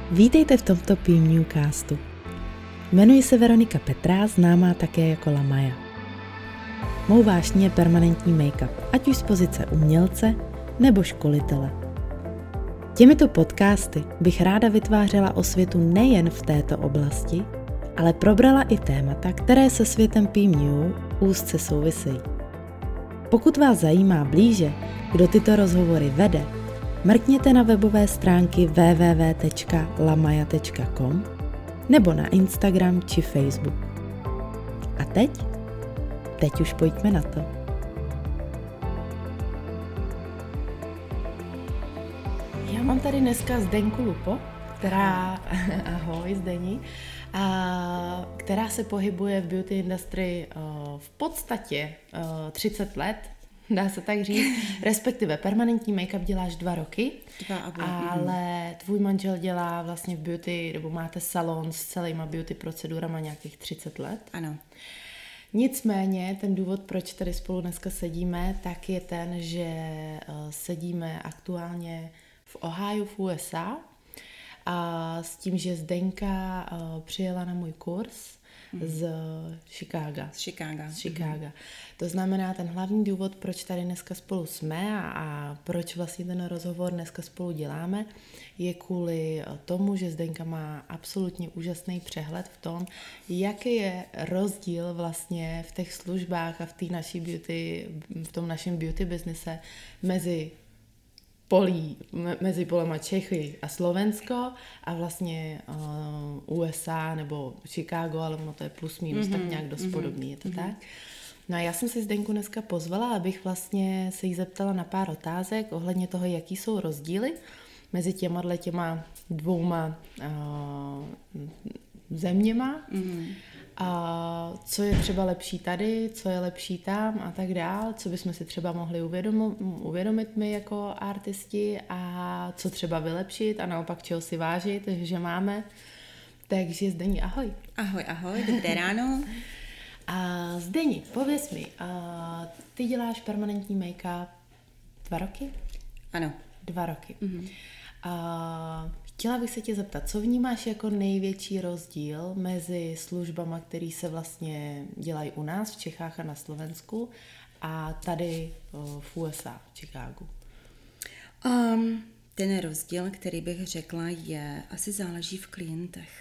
Vítejte v tomto Newcastu. Jmenuji se Veronika Petrá, známá také jako La Maya. Mou vášní je permanentní make-up, ať už z pozice umělce nebo školitele. Těmito podcasty bych ráda vytvářela osvětu nejen v této oblasti, ale probrala i témata, které se světem PMU úzce souvisejí. Pokud vás zajímá blíže, kdo tyto rozhovory vede, mrkněte na webové stránky www.lamaya.com nebo na Instagram či Facebook. A teď už pojďme na to. Já mám tady dneska Zdenku Lupo, ahoj Zdeni, která se pohybuje v beauty industry v podstatě 30 let, dá se tak říct, respektive permanentní make-up děláš 2 roky, ale tvůj manžel dělá vlastně v beauty, nebo máte salon s celýma beauty procedurama nějakých 30 let. Ano. Nicméně ten důvod, proč tady spolu dneska sedíme, tak je ten, že sedíme aktuálně v Ohio v USA a s tím, že Zdenka přijela na můj kurz z Chicaga. To znamená, ten hlavní důvod, proč tady dneska spolu jsme a proč vlastně ten rozhovor dneska spolu děláme, je kvůli tomu, že Zdenka má absolutně úžasný přehled v tom, jaký je rozdíl vlastně v těch službách a v té naší beauty, v tom našem beauty biznise mezi polema Čechy a Slovensko a vlastně USA nebo Chicago, ale to je plus minus tak nějak dost podobný, je to tak? No a já jsem si Zdenku dneska pozvala, abych vlastně se jí zeptala na pár otázek ohledně toho, jaký jsou rozdíly mezi těma dvouma zeměma a co je třeba lepší tady, co je lepší tam a tak dál, co bychom si třeba mohli uvědomit my jako artisti a co třeba vylepšit a naopak čeho si vážit, že máme. Takže Zdeni, ahoj. Ahoj, dobré ráno. A Zdeni, pověz mi, ty děláš permanentní make-up 2 roky? Ano. 2 roky. Chtěla bych se tě zeptat, co vnímáš jako největší rozdíl mezi službama, které se vlastně dělají u nás v Čechách a na Slovensku a tady v USA, v Chicagu? Ten rozdíl, který bych řekla, asi záleží v klientech.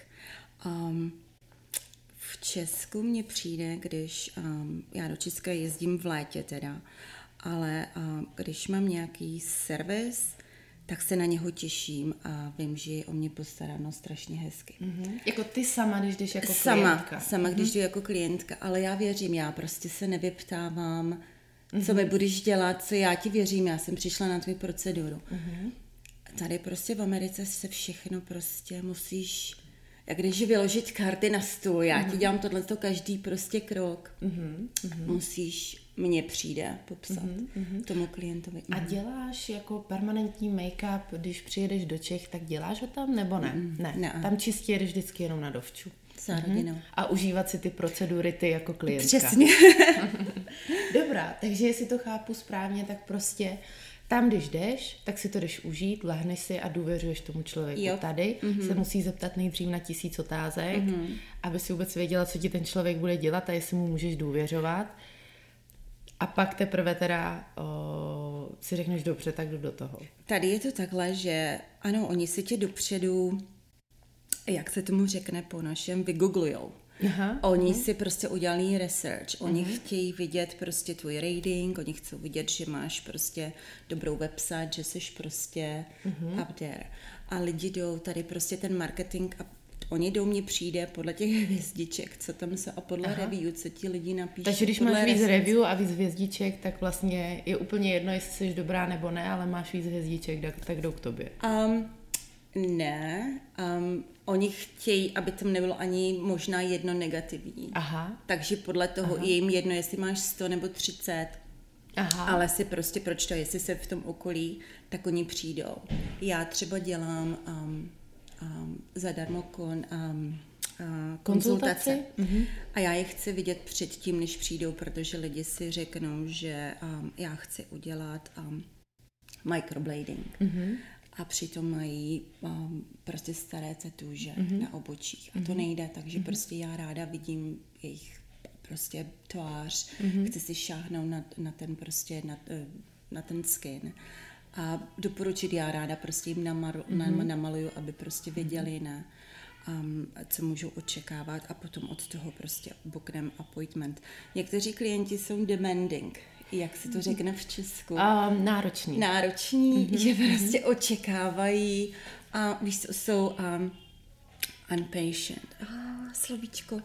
V Česku mně přijde, když já do Česka jezdím v létě teda, ale když mám nějaký servis, tak se na něho těším a vím, že je o mě postaráno strašně hezky. Jako ty sama, když jdeš jako klientka? Sama, když jdu jako klientka, ale já věřím, já prostě se nevyptávám, co mi budeš dělat, co já ti věřím, já jsem přišla na tvou proceduru. Tady prostě v Americe se všechno prostě musíš, jak když vyložit karty na stůl, já ti dělám tohleto každý prostě krok. Musíš, mně přijde popsat tomu klientovi. A děláš jako permanentní make-up, když přijedeš do Čech, tak děláš ho tam nebo ne? Ne. Tam čistě jedeš vždycky jenom na dovču. Za rodinou. A užívat si ty procedury ty jako klientka. Přesně. Dobrá, takže jestli to chápu správně, tak prostě tam, když jdeš, tak si to jdeš užít, lehneš si a důvěřuješ tomu člověku. Jo. Tady se musí zeptat nejdřív na 1000 otázek, aby si vůbec věděla, co ti ten člověk bude dělat a jestli mu můžeš důvěřovat. A pak teprve teda si řekneš dobře, tak jdu do toho. Tady je to takhle, že ano, oni si tě dopředu, jak se tomu řekne po našem, vygooglujou. Oni si prostě udělali research, oni chtějí vidět prostě tvůj rating, oni chcou vidět, že máš prostě dobrou website, že jsi prostě up there. A lidi jdou tady prostě ten marketing a oni jdou, mně přijde podle těch hvězdiček, co tam jsou a podle review, co ti lidi napíšou. Takže když máš víc review a víc hvězdiček, tak vlastně je úplně jedno, jestli jsi dobrá nebo ne, ale máš víc hvězdiček, tak jdou k tobě. Ne, oni chtějí, aby tam nebylo ani možná jedno negativní. Takže podle toho je jim jedno, jestli máš 100 nebo 30. Ale si prostě proč to, jestli se v tom okolí, tak oni přijdou. Já třeba dělám zadarmo konzultace. A já je chci vidět předtím, než přijdou, protože lidi si řeknou, že já chci udělat microblading. a přitom mají prostě staré tetůže na obočích. A to nejde, takže prostě já ráda vidím jejich prostě tvář, chci si šáhnout na ten prostě, na ten skin. A doporučit já ráda prostě jim namaluju, aby prostě věděli, co můžou očekávat a potom od toho prostě boknem appointment. Někteří klienti jsou demanding, jak se to řekne v Česku? Nároční, že prostě očekávají a víš, jsou unpatient. Slovíčko.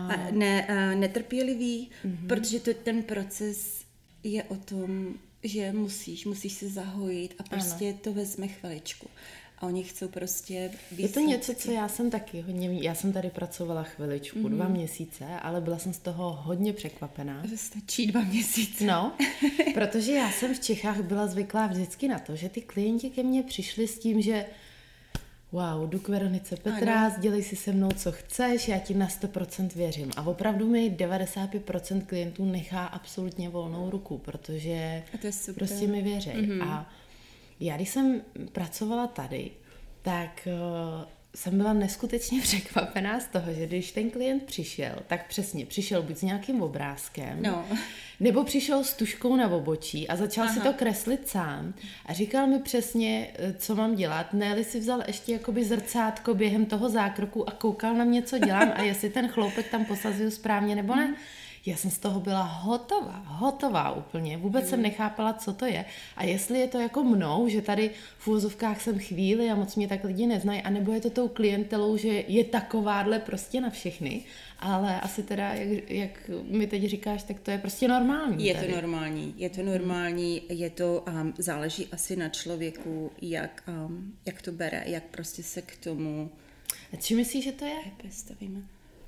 Netrpělivý, protože ten proces je o tom, že musíš se zahojit a prostě to vezme chviličku. A oni chcou prostě výsledky. Je to něco, co já jsem taky hodně, já jsem tady pracovala chviličku, 2 měsíce, ale byla jsem z toho hodně překvapená. Stačí 2 měsíce. No, protože já jsem v Čechách byla zvyklá vždycky na to, že ty klienti ke mně přišli s tím, že wow, jdu k Veronice Petráz, dělej si se mnou, co chceš, já ti na 100% věřím. A opravdu mi 95% klientů nechá absolutně volnou ruku, protože prostě mi věří. A já, když jsem pracovala tady, tak jsem byla neskutečně překvapená z toho, že když ten klient přišel, tak přesně přišel buď s nějakým obrázkem, nebo přišel s tuškou na obočí a začal si to kreslit sám a říkal mi přesně, co mám dělat. Ne-li si vzal ještě jakoby zrcátko během toho zákroku a koukal na mě, co dělám a jestli ten chloupek tam posazuju správně nebo ne. Já jsem z toho byla hotová úplně. Vůbec jsem nechápala, co to je. A jestli je to jako mnou, že tady v uvozovkách jsem chvíli a moc mě tak lidi neznají, anebo je to tou klientelou, že je takováhle prostě na všechny. Ale asi teda, jak mi teď říkáš, tak to je prostě normální. Je to normální, záleží asi na člověku, jak to bere, jak prostě se k tomu... A čím myslíš, že to je? Představíme.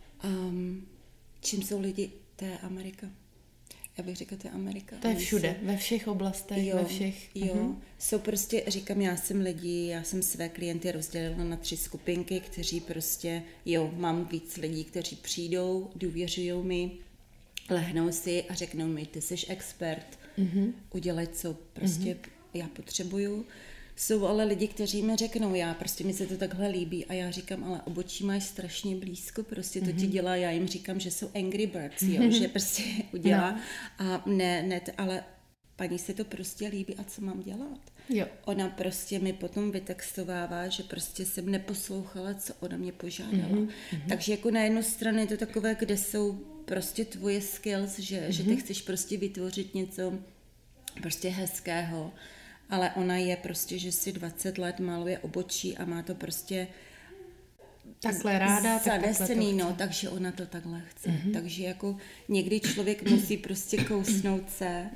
Čím jsou lidi... To je Amerika. Já bych řekla, to je Amerika. To je všude, ve všech oblastech, ve všech. Jsou prostě, říkám, já jsem své klienty rozdělila na 3 skupinky, kteří prostě, mám víc lidí, kteří přijdou, důvěřují mi, lehnou si a řeknou mi, ty jsi expert, udělej, co prostě já potřebuju. Jsou ale lidi, kteří mi řeknou, mi se to takhle líbí a já říkám, ale obočí máš strašně blízko, prostě to ti dělá, já jim říkám, že jsou Angry Birds, že prostě udělá a ale paní se to prostě líbí a co mám dělat? Ona prostě mi potom vytextovává, že prostě jsem neposlouchala, co ona mě požádala. Takže jako na jednu stranu je to takové, kde jsou prostě tvoje skills, že ty chceš prostě vytvořit něco prostě hezkého, ale ona je prostě, že si 20 let maluje obočí a má to prostě takhle ráda, zanesený, takže ona to takhle chce. Takže jako někdy člověk musí prostě kousnout se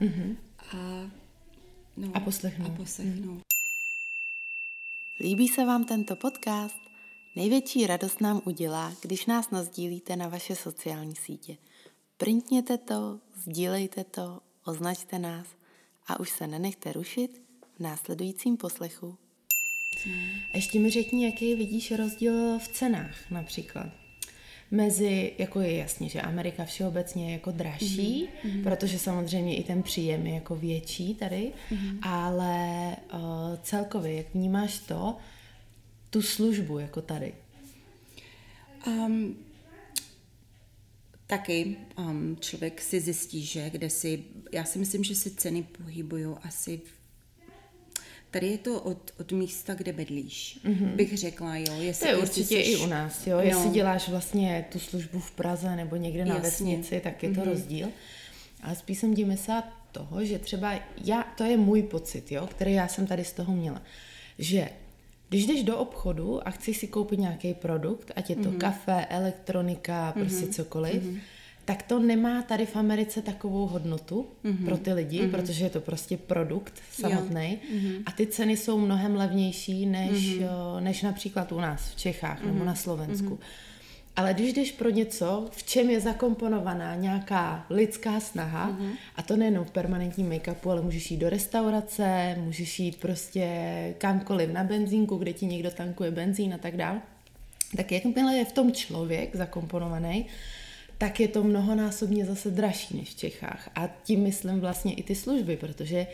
a poslechnout. Líbí se vám tento podcast? Největší radost nám udělá, když nás nasdílíte na vaše sociální sítě. Printněte to, sdílejte to, označte nás a už se nenechte rušit v následujícím poslechu. Ještě mi řekni, jaký vidíš rozdíl v cenách například. Mezi, jako je jasně, že Amerika všeobecně je jako dražší, protože samozřejmě i ten příjem je jako větší tady, ale celkově, jak vnímáš tu službu jako tady? Taky člověk si zjistí, že já si myslím, že si ceny pohybují asi tady je to od místa, kde bydlíš, bych řekla, to je určitě i u nás, jestli děláš vlastně tu službu v Praze nebo někde na vesnici, tak je to rozdíl. Ale spíš jsem tím myslela toho, že třeba to je můj pocit, který já jsem tady z toho měla, že když jdeš do obchodu a chceš si koupit nějaký produkt, ať je to kafe, elektronika, prostě cokoliv, tak to nemá tady v Americe takovou hodnotu pro ty lidi, protože je to prostě produkt samotný a ty ceny jsou mnohem levnější než například u nás v Čechách nebo na Slovensku. Ale když jdeš pro něco, v čem je zakomponovaná nějaká lidská snaha, a to nejenom v permanentním make-upu, ale můžeš jít do restaurace, můžeš jít prostě kamkoliv na benzínku, kde ti někdo tankuje benzín a tak dál, tak jakmile je v tom člověk zakomponovaný, tak je to mnohonásobně zase dražší než v Čechách. A tím myslím vlastně i ty služby, protože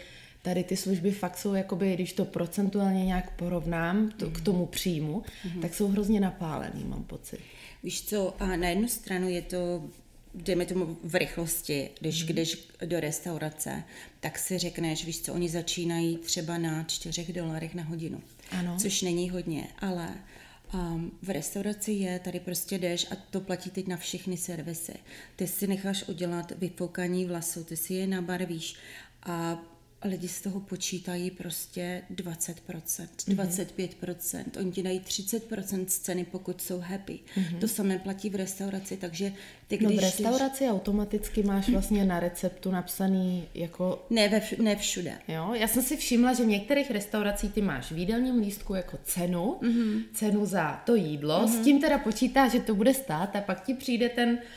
tady ty služby fakt jsou, jakoby, když to procentuálně nějak porovnám k tomu příjmu, tak jsou hrozně napálený, mám pocit. Víš co, a na jednu stranu je to, dejme tomu v rychlosti, když jdeš do restaurace, tak si řekneš, víš co, oni začínají třeba na $4 na hodinu. Ano. Což není hodně, ale v restauraci je, tady prostě jdeš a to platí teď na všechny servisy. Ty si necháš udělat vyfoukání vlasů, ty si je nabarvíš a lidi z toho počítají prostě 20%, 25%, oni ti dají 30% z ceny, pokud jsou happy. To samé platí v restauraci, takže ty když... No v restauraci automaticky máš vlastně na receptu napsaný jako... Ne všude. Jo, já jsem si všimla, že v některých restauracích ty máš v jídelním lístku jako cenu za to jídlo, s tím teda počítá, že to bude stát a pak ti přijde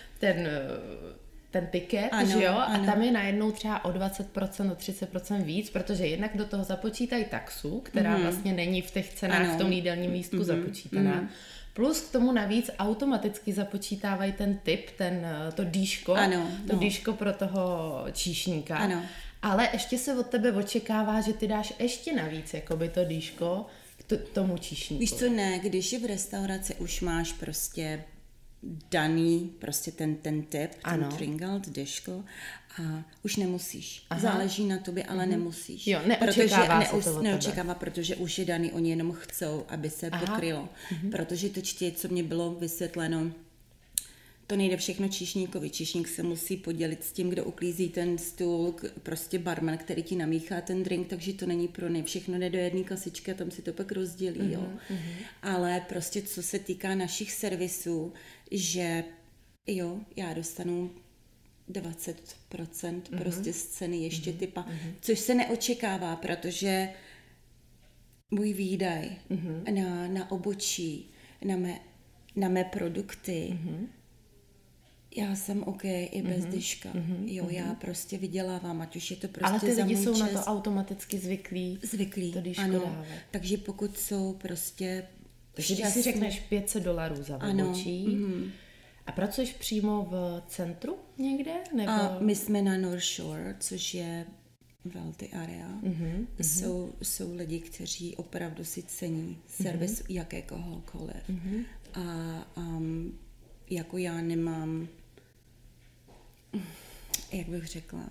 ten tiket, ano, že jo, ano. A tam je najednou třeba o 20%, o 30% víc, protože jednak do toho započítají taxu, která vlastně není v těch cenách v tom jídelním lístku započítaná. Plus k tomu navíc automaticky započítávají ten tip, to dýško, dýško pro toho číšníka. Ano. Ale ještě se od tebe očekává, že ty dáš ještě navíc jakoby to dýško k tomu číšníku. Víš co, ne, když je v restauraci už máš prostě daný prostě ten tip, ten tringle, deško a už nemusíš. Aha. Záleží na tobě, ale nemusíš. Jo, neočekává se to od neočekává, protože už je daný, oni jenom chcou, aby se pokrylo. Protože to co mě bylo vysvětleno, to nejde všechno číšníkovi. Číšník se musí podělit s tím, kdo uklízí ten stůl, prostě barman, který ti namíchá ten drink, takže to není pro ně. Všechno jde do jedné kasičky a tam si to pak rozdělí. Jo. Ale prostě co se týká našich servisů, že jo, já dostanu 20% prostě z ceny ještě typa, což se neočekává, protože můj výdaj na obočí, na mé produkty, já jsem OK i bez dyška. Jo, já prostě vydělávám, ať už je to prostě ale ty za lidi můj jsou čas. Na to automaticky zvyklí to dyško dávat. Takže pokud jsou prostě takže když si řekneš $500 za obočí a pracuješ přímo v centru někde? Nebo... A my jsme na North Shore, což je Wealthy area. Jsou lidi, kteří opravdu si cení servis jakéhokoliv. A jako já nemám, jak bych řekla,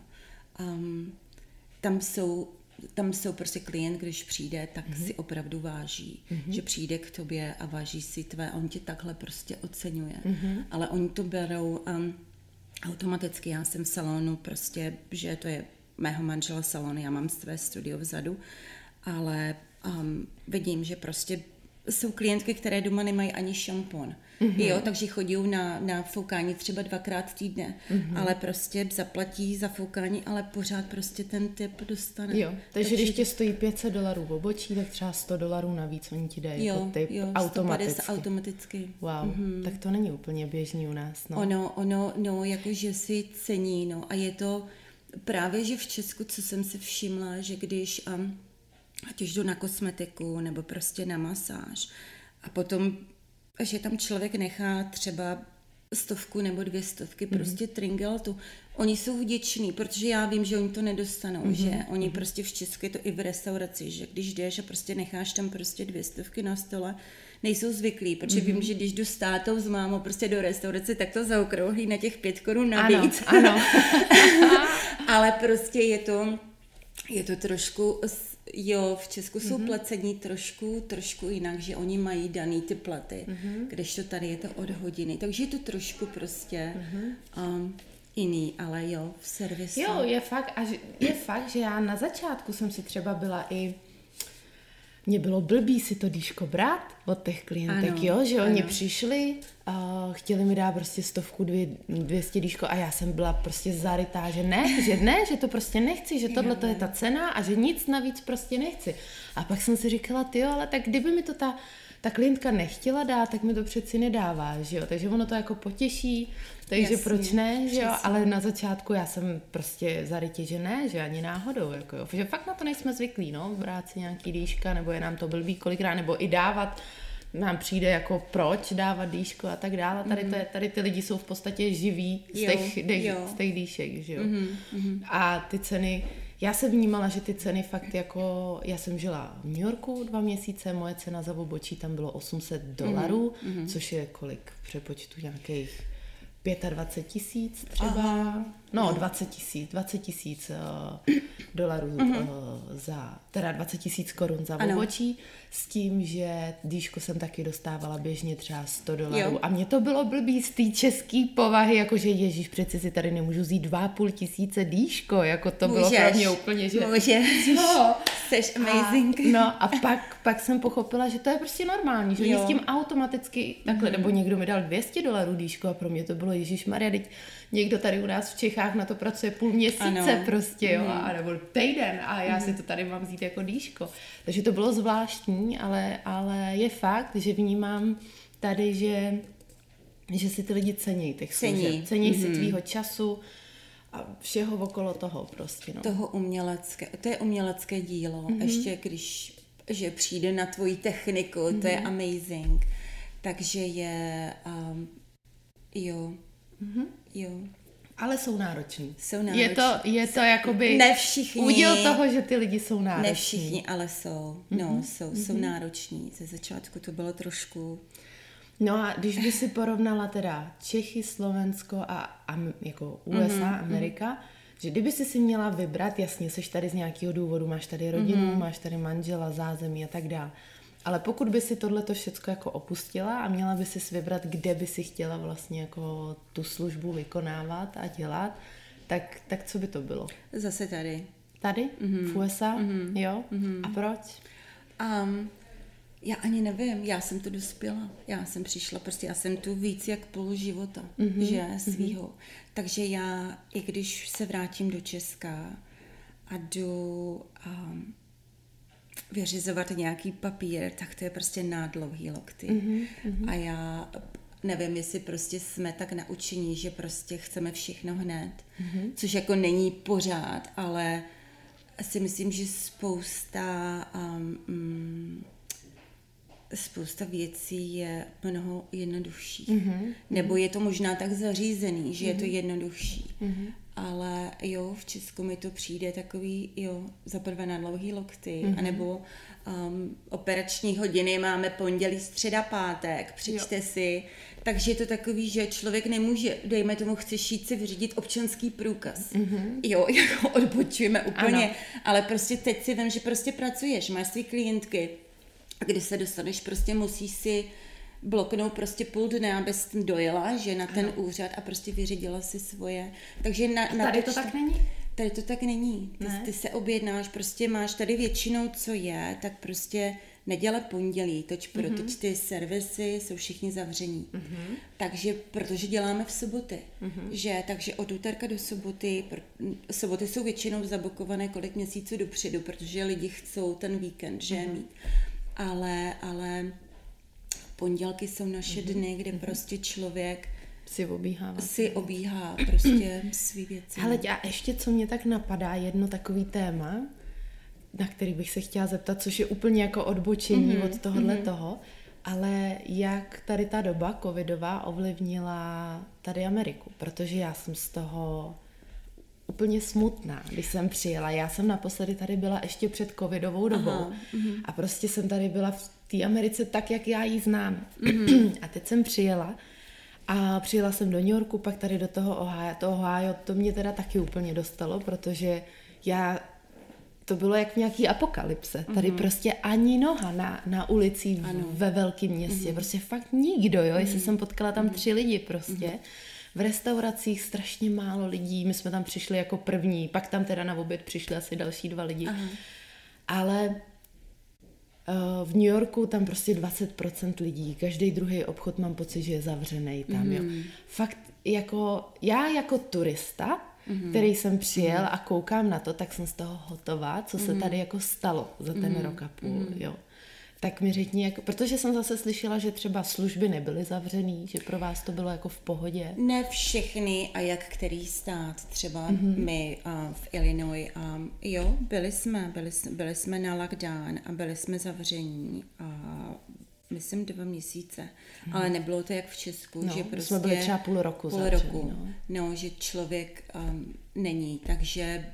tam jsou prostě klient, když přijde, tak si opravdu váží, že přijde k tobě a váží si tvé, on tě takhle prostě oceňuje. Ale oni to berou automaticky, já jsem v salonu prostě, že to je mého manžela salon, já mám své studio vzadu, ale vidím, že prostě jsou klientky, které doma nemají ani šampon. Jo, takže chodí na foukání třeba 2x týdne, ale prostě zaplatí za foukání, ale pořád prostě ten tip dostane. Jo, takže když tě stojí $500 v obočí, tak třeba $100 navíc oni ti dají jako tip automaticky. Wow, tak to není úplně běžný u nás. Ono, jakože si cení, no a je to právě, že v Česku, co jsem si všimla, že když ať už jdu na kosmetiku nebo prostě na masáž a potom, že tam člověk nechá třeba 100 nebo 200 prostě tringeltu. Oni jsou vděční, protože já vím, že oni to nedostanou, že oni prostě v Česku je to i v restauraci, že když jdeš a prostě necháš tam prostě 200 na stole, nejsou zvyklí, protože vím, že když jdu s tátou, s mámou prostě do restaurace, tak to zaokrouhlí na těch 5 korun navíc. Ano. Ale prostě je to trošku, jo, v Česku jsou placení trošku jinak, že oni mají daný ty platy, kdežto tady je to od hodiny, takže je to trošku prostě jiný, ale jo, v servisu. Jo, je fakt, že já na začátku jsem si třeba byla i mně bylo blbý si to dýško brát od těch klientek, že oni přišli a chtěli mi dát prostě 100, 200 dýško a já jsem byla prostě zarytá, že to prostě nechci, že tohle to je ta cena a že nic navíc prostě nechci. A pak jsem si říkala, ale tak kdyby mi to ta klientka nechtěla dát, tak mi to přeci nedává, že jo, takže ono to jako potěší, takže jasně, proč ne, že jo, ale na začátku já jsem prostě zarytě, že ne, že ani náhodou, jako jo, že fakt na to nejsme zvyklí, brát si nějaký dýška, nebo je nám to blbý kolikrát, nebo i dávat, nám přijde jako proč dávat dýško a tak dále, tady ty lidi jsou v podstatě živí z těch dýšek, že jo, a ty ceny, Já jsem vnímala, že ty ceny fakt jako, já jsem žila v New Yorku 2 měsíce, moje cena za obočí tam bylo $800, což je kolik v přepočtu nějakých 25 000 třeba, Aha. no 20 000 dolarů za, teda 20 000 korun za obočí, s tím, že dýšku jsem taky dostávala běžně třeba $100 a mě to bylo blbý z té české povahy, jakože ježíš, přeci si tady nemůžu vzít 2 500 dýško, jako to bylo pro mě úplně, že... Můžeš, jsi amazing. A pak jsem pochopila, že to je prostě normální, že oni s tím automaticky takhle, nebo někdo mi dal $200 dýško a pro mě to bylo ježišmarja, teď někdo tady u nás v Čechách na to pracuje půl měsíce prostě, jo, a nebo týden a já si to tady mám vzít jako dýško. Takže to bylo zvláštní, ale je fakt, že vnímám tady, že si ty lidi cení těch služeb. Cení si tvýho času a všeho okolo toho prostě, no. Toho to je umělecké dílo. Ještě že přijde na tvoji techniku, to je amazing. Takže je, jo. Ale jsou nároční. Je to jakoby ne všichni, úděl toho, že ty lidi jsou nároční. Ne všichni, ale jsou. Jsou nároční. Ze začátku to bylo trošku... No a když by si porovnala teda Čechy, Slovensko a jako USA, Amerika, že kdyby si měla vybrat, jasně, seš tady z nějakého důvodu, máš tady rodinu, máš tady manžela, zázemí a tak dále. Ale pokud by si tohleto všecko jako opustila a měla by si vybrat, kde by si chtěla vlastně jako tu službu vykonávat a dělat, tak co by to bylo? Zase tady. Tady? V USA? Jo? A proč? Já ani nevím, já jsem to dospěla. Já jsem přišla, prostě já jsem tu víc jak půl života, že svýho. Takže já, i když se vrátím do Česka a jdu vyřizovat nějaký papír, tak to je prostě na dlouhý lokty. A já nevím, jestli prostě jsme tak naučení, že prostě chceme všechno hned, což jako není pořád, ale si myslím, že spousta věcí je mnoho jednodušší. Nebo je to možná tak zařízený, že je to jednodušší. Ale jo, v Česku mi to přijde takový, za prvé na dlouhý lokty, anebo operační hodiny máme pondělí, středa, pátek, přečte si. Takže je to takový, že člověk nemůže, dejme tomu, chceš jít si vyřídit občanský průkaz. Jo, jako odbočujeme úplně. Ano. Ale prostě teď si vím, že prostě pracuješ, máš svý klientky, a když se dostaneš, prostě musíš si bloknout prostě půl dne, abys dojela, že na ten úřad a prostě vyřídila si svoje. Takže tady to tak není? Tady to tak není. Ty se objednáš, prostě máš tady většinou, co je, tak prostě neděle, pondělí, teď ty servisy jsou všichni zavření. Takže, protože děláme v soboty, takže od úterka do soboty jsou většinou zabukované kolik měsíců dopředu, protože lidi chcou ten víkend, že mít. Ale pondělky jsou naše dny, kde prostě člověk si obíhá prostě svý věci. Hele, a ještě co mě tak napadá, jedno takový téma, na který bych se chtěla zeptat, což je úplně jako odbočení od tohohle toho, ale jak tady ta doba covidová ovlivnila tady Ameriku, protože já jsem z toho úplně smutná, když jsem přijela. Já jsem naposledy tady byla ještě před covidovou dobou a prostě jsem tady byla v té Americe tak, jak já ji znám. A teď jsem přijela a přijela jsem do New Yorku, pak tady do toho Ohio, to mě teda taky úplně dostalo, protože to bylo jak v nějaký apokalypse. Tady prostě ani noha na ulici ve velkém městě. Prostě fakt nikdo, jo. Jestli jsem potkala tam 3 lidi prostě. V restauracích strašně málo lidí, my jsme tam přišli jako první, pak tam teda na oběd přišli asi další 2 lidi. Ale v New Yorku tam prostě 20% lidí, každý druhý obchod mám pocit, že je zavřený tam, jo. Fakt já jako turista, který jsem přijel a koukám na to, tak jsem z toho hotová, co se tady jako stalo za ten rok a půl, jo. Tak mi řekni, protože jsem zase slyšela, že třeba služby nebyly zavřený, že pro vás to bylo jako v pohodě. Ne všechny a jak který stát, třeba my v Illinois, jo, byli jsme na lockdown a byli jsme zavření myslím 2 měsíce, ale nebylo to jak v Česku, že prostě jsme byli třeba půl roku zavření, no, že člověk není, takže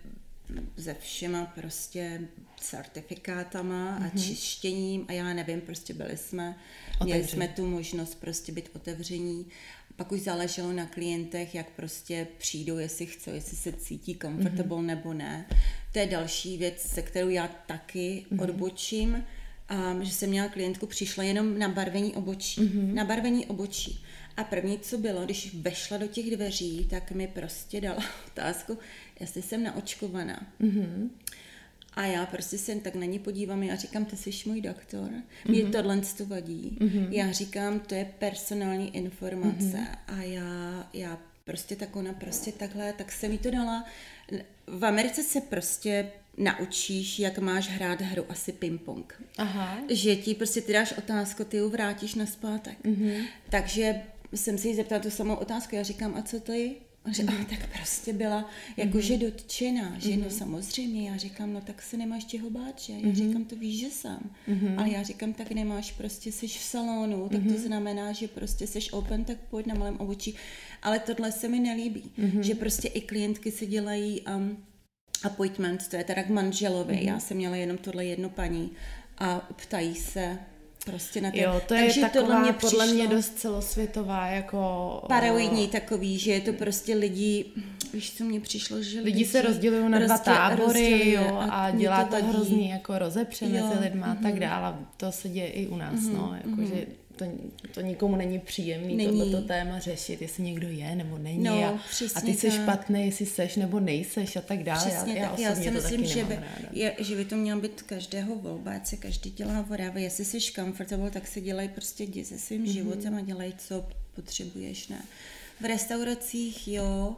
se všema prostě certifikátama a čištěním a já nevím, prostě měli jsme tu možnost prostě být otevření. Pak už záleželo na klientech, jak prostě přijdou, jestli chcou, jestli se cítí comfortable nebo ne. To je další věc, se kterou já taky odbočím, že jsem měla klientku, přišla jenom na barvení obočí. Na barvení obočí. A první, co bylo, když vešla do těch dveří, tak mi prostě dala otázku, jestli jsem naočkovaná. A já prostě se tak na ní podívám, já říkám, ty jsi můj doktor, mě tohle to vadí. Já říkám, to je personální informace a já prostě tak ona prostě takhle, tak se mi to dala. V Americe se prostě naučíš, jak máš hrát hru asi ping-pong. Aha. Že ti prostě ty dáš otázku, ty ji vrátíš nazpátek. Takže jsem si jí zeptala tu samou otázku, já říkám, a co to je? A že, tak prostě byla jakože dotčená, že no samozřejmě, já říkám, no tak se nemáš čeho bát, že? Já říkám, to víš, že jsem. Ale já říkám, tak nemáš, prostě seš v salonu, tak to znamená, že prostě seš open, tak pojď na malém obočí. Ale tohle se mi nelíbí, že prostě i klientky si dělají appointment, to je teda k manželovi, já jsem měla jenom tohle jedno paní a ptají se prostě na Jo, to je taková podle mě dost celosvětová jako paranoidní takový, že je to prostě lidi, víš, co mně přišlo, že lidi se rozdělují na dva tábory, jo, a dělá to hrozný jako rozepře mezi lidma a tak dále. To se děje i u nás, no, jakože to nikomu není příjemný tohleto téma řešit, jestli někdo je nebo není, no, a ty jsi špatný, jestli seš nebo nejseš a tak dále. Já si myslím, že by to mělo být každého volba, ať se každý dělá whatever, jestli jsi comfortable, tak si dělej prostě jdi se svým životem a dělej, co potřebuješ, ne. V restauracích, jo,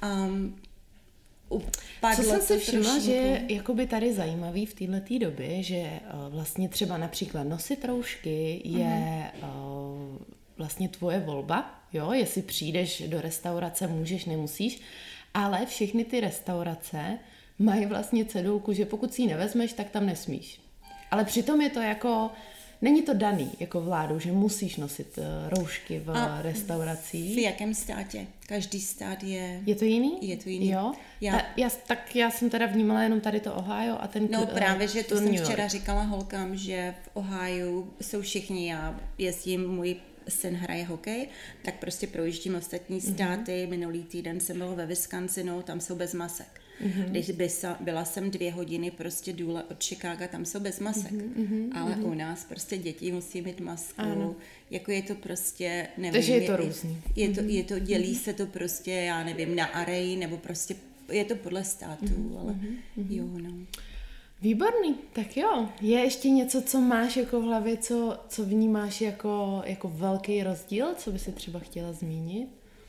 co jsem si všimla, že je jakoby tady zajímavý v této době, že vlastně třeba například nosit roušky je vlastně tvoje volba, jo, jestli přijdeš do restaurace, můžeš, nemusíš, ale všechny ty restaurace mají vlastně cedulku, že pokud si ji nevezmeš, tak tam nesmíš. Ale přitom je to jako, není to daný jako vládou, že musíš nosit roušky v restauracích. V jakém státě? Každý stát je... Je to jiný? Je to jiný. Jo? Já jsem teda vnímala jenom tady to Ohio a ten... No právě, že to jsem včera říkala holkám, že v Ohio jsou všichni, já jezdím, můj syn hraje hokej, tak prostě projíždím ostatní státy. Minulý týden jsem byla ve Wisconsinu, tam jsou bez masek. Když byla jsem 2 hodiny prostě důle od Chicaga, tam jsou bez masek. Ale u nás prostě děti musí mít masku. Ano. Jako je to prostě, nevím. Takže je to různý. Je to, dělí se to prostě, já nevím, na areji, nebo prostě je to podle států, ale jo, no. Výborný, tak jo. Je ještě něco, co máš jako v hlavě, co vnímáš jako velký rozdíl, co by si třeba chtěla zmínit?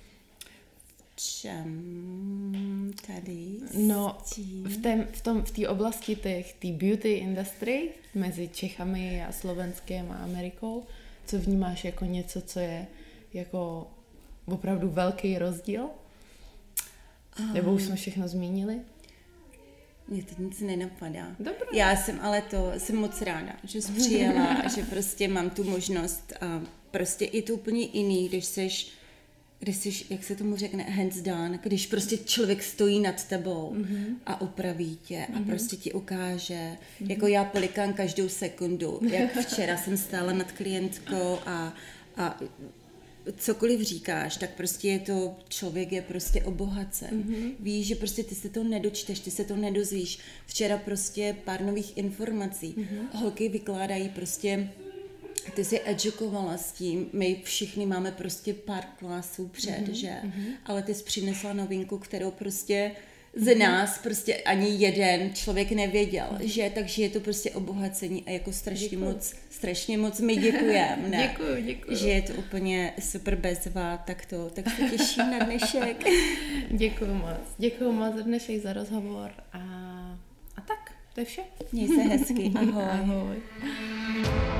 Čem tady? No, v té oblasti té beauty industry mezi Čechami a Slovenskem a Amerikou, co vnímáš jako něco, co je jako opravdu velký rozdíl? Nebo už jsme všechno zmínili? Mě teď nic nenapadá. Dobré. Já jsem moc ráda, že jsi přijela a že prostě mám tu možnost a prostě je to úplně jiný, když jsi, jak se tomu řekne, hands down, když prostě člověk stojí nad tebou a upraví tě a prostě ti ukáže, jako já polikám každou sekundu, jak včera jsem stála nad klientkou a cokoliv říkáš, tak prostě je to, člověk je prostě obohacen. Víš, že prostě ty se to nedočteš, ty se to nedozvíš. Včera prostě pár nových informací. Holky vykládají prostě, ty jsi edukovala s tím, my všichni máme prostě pár klasů před, že? Ale ty jsi přinesla novinku, kterou prostě z nás prostě ani jeden člověk nevěděl, že? Takže je to prostě obohacení a jako strašně moc my děkujeme, ne? Děkuju. Že je to úplně super bezva, tak se těším na dnešek. Děkuju moc za dnešek, za rozhovor a tak, to je vše. Měj se hezky, ahoj. Ahoj.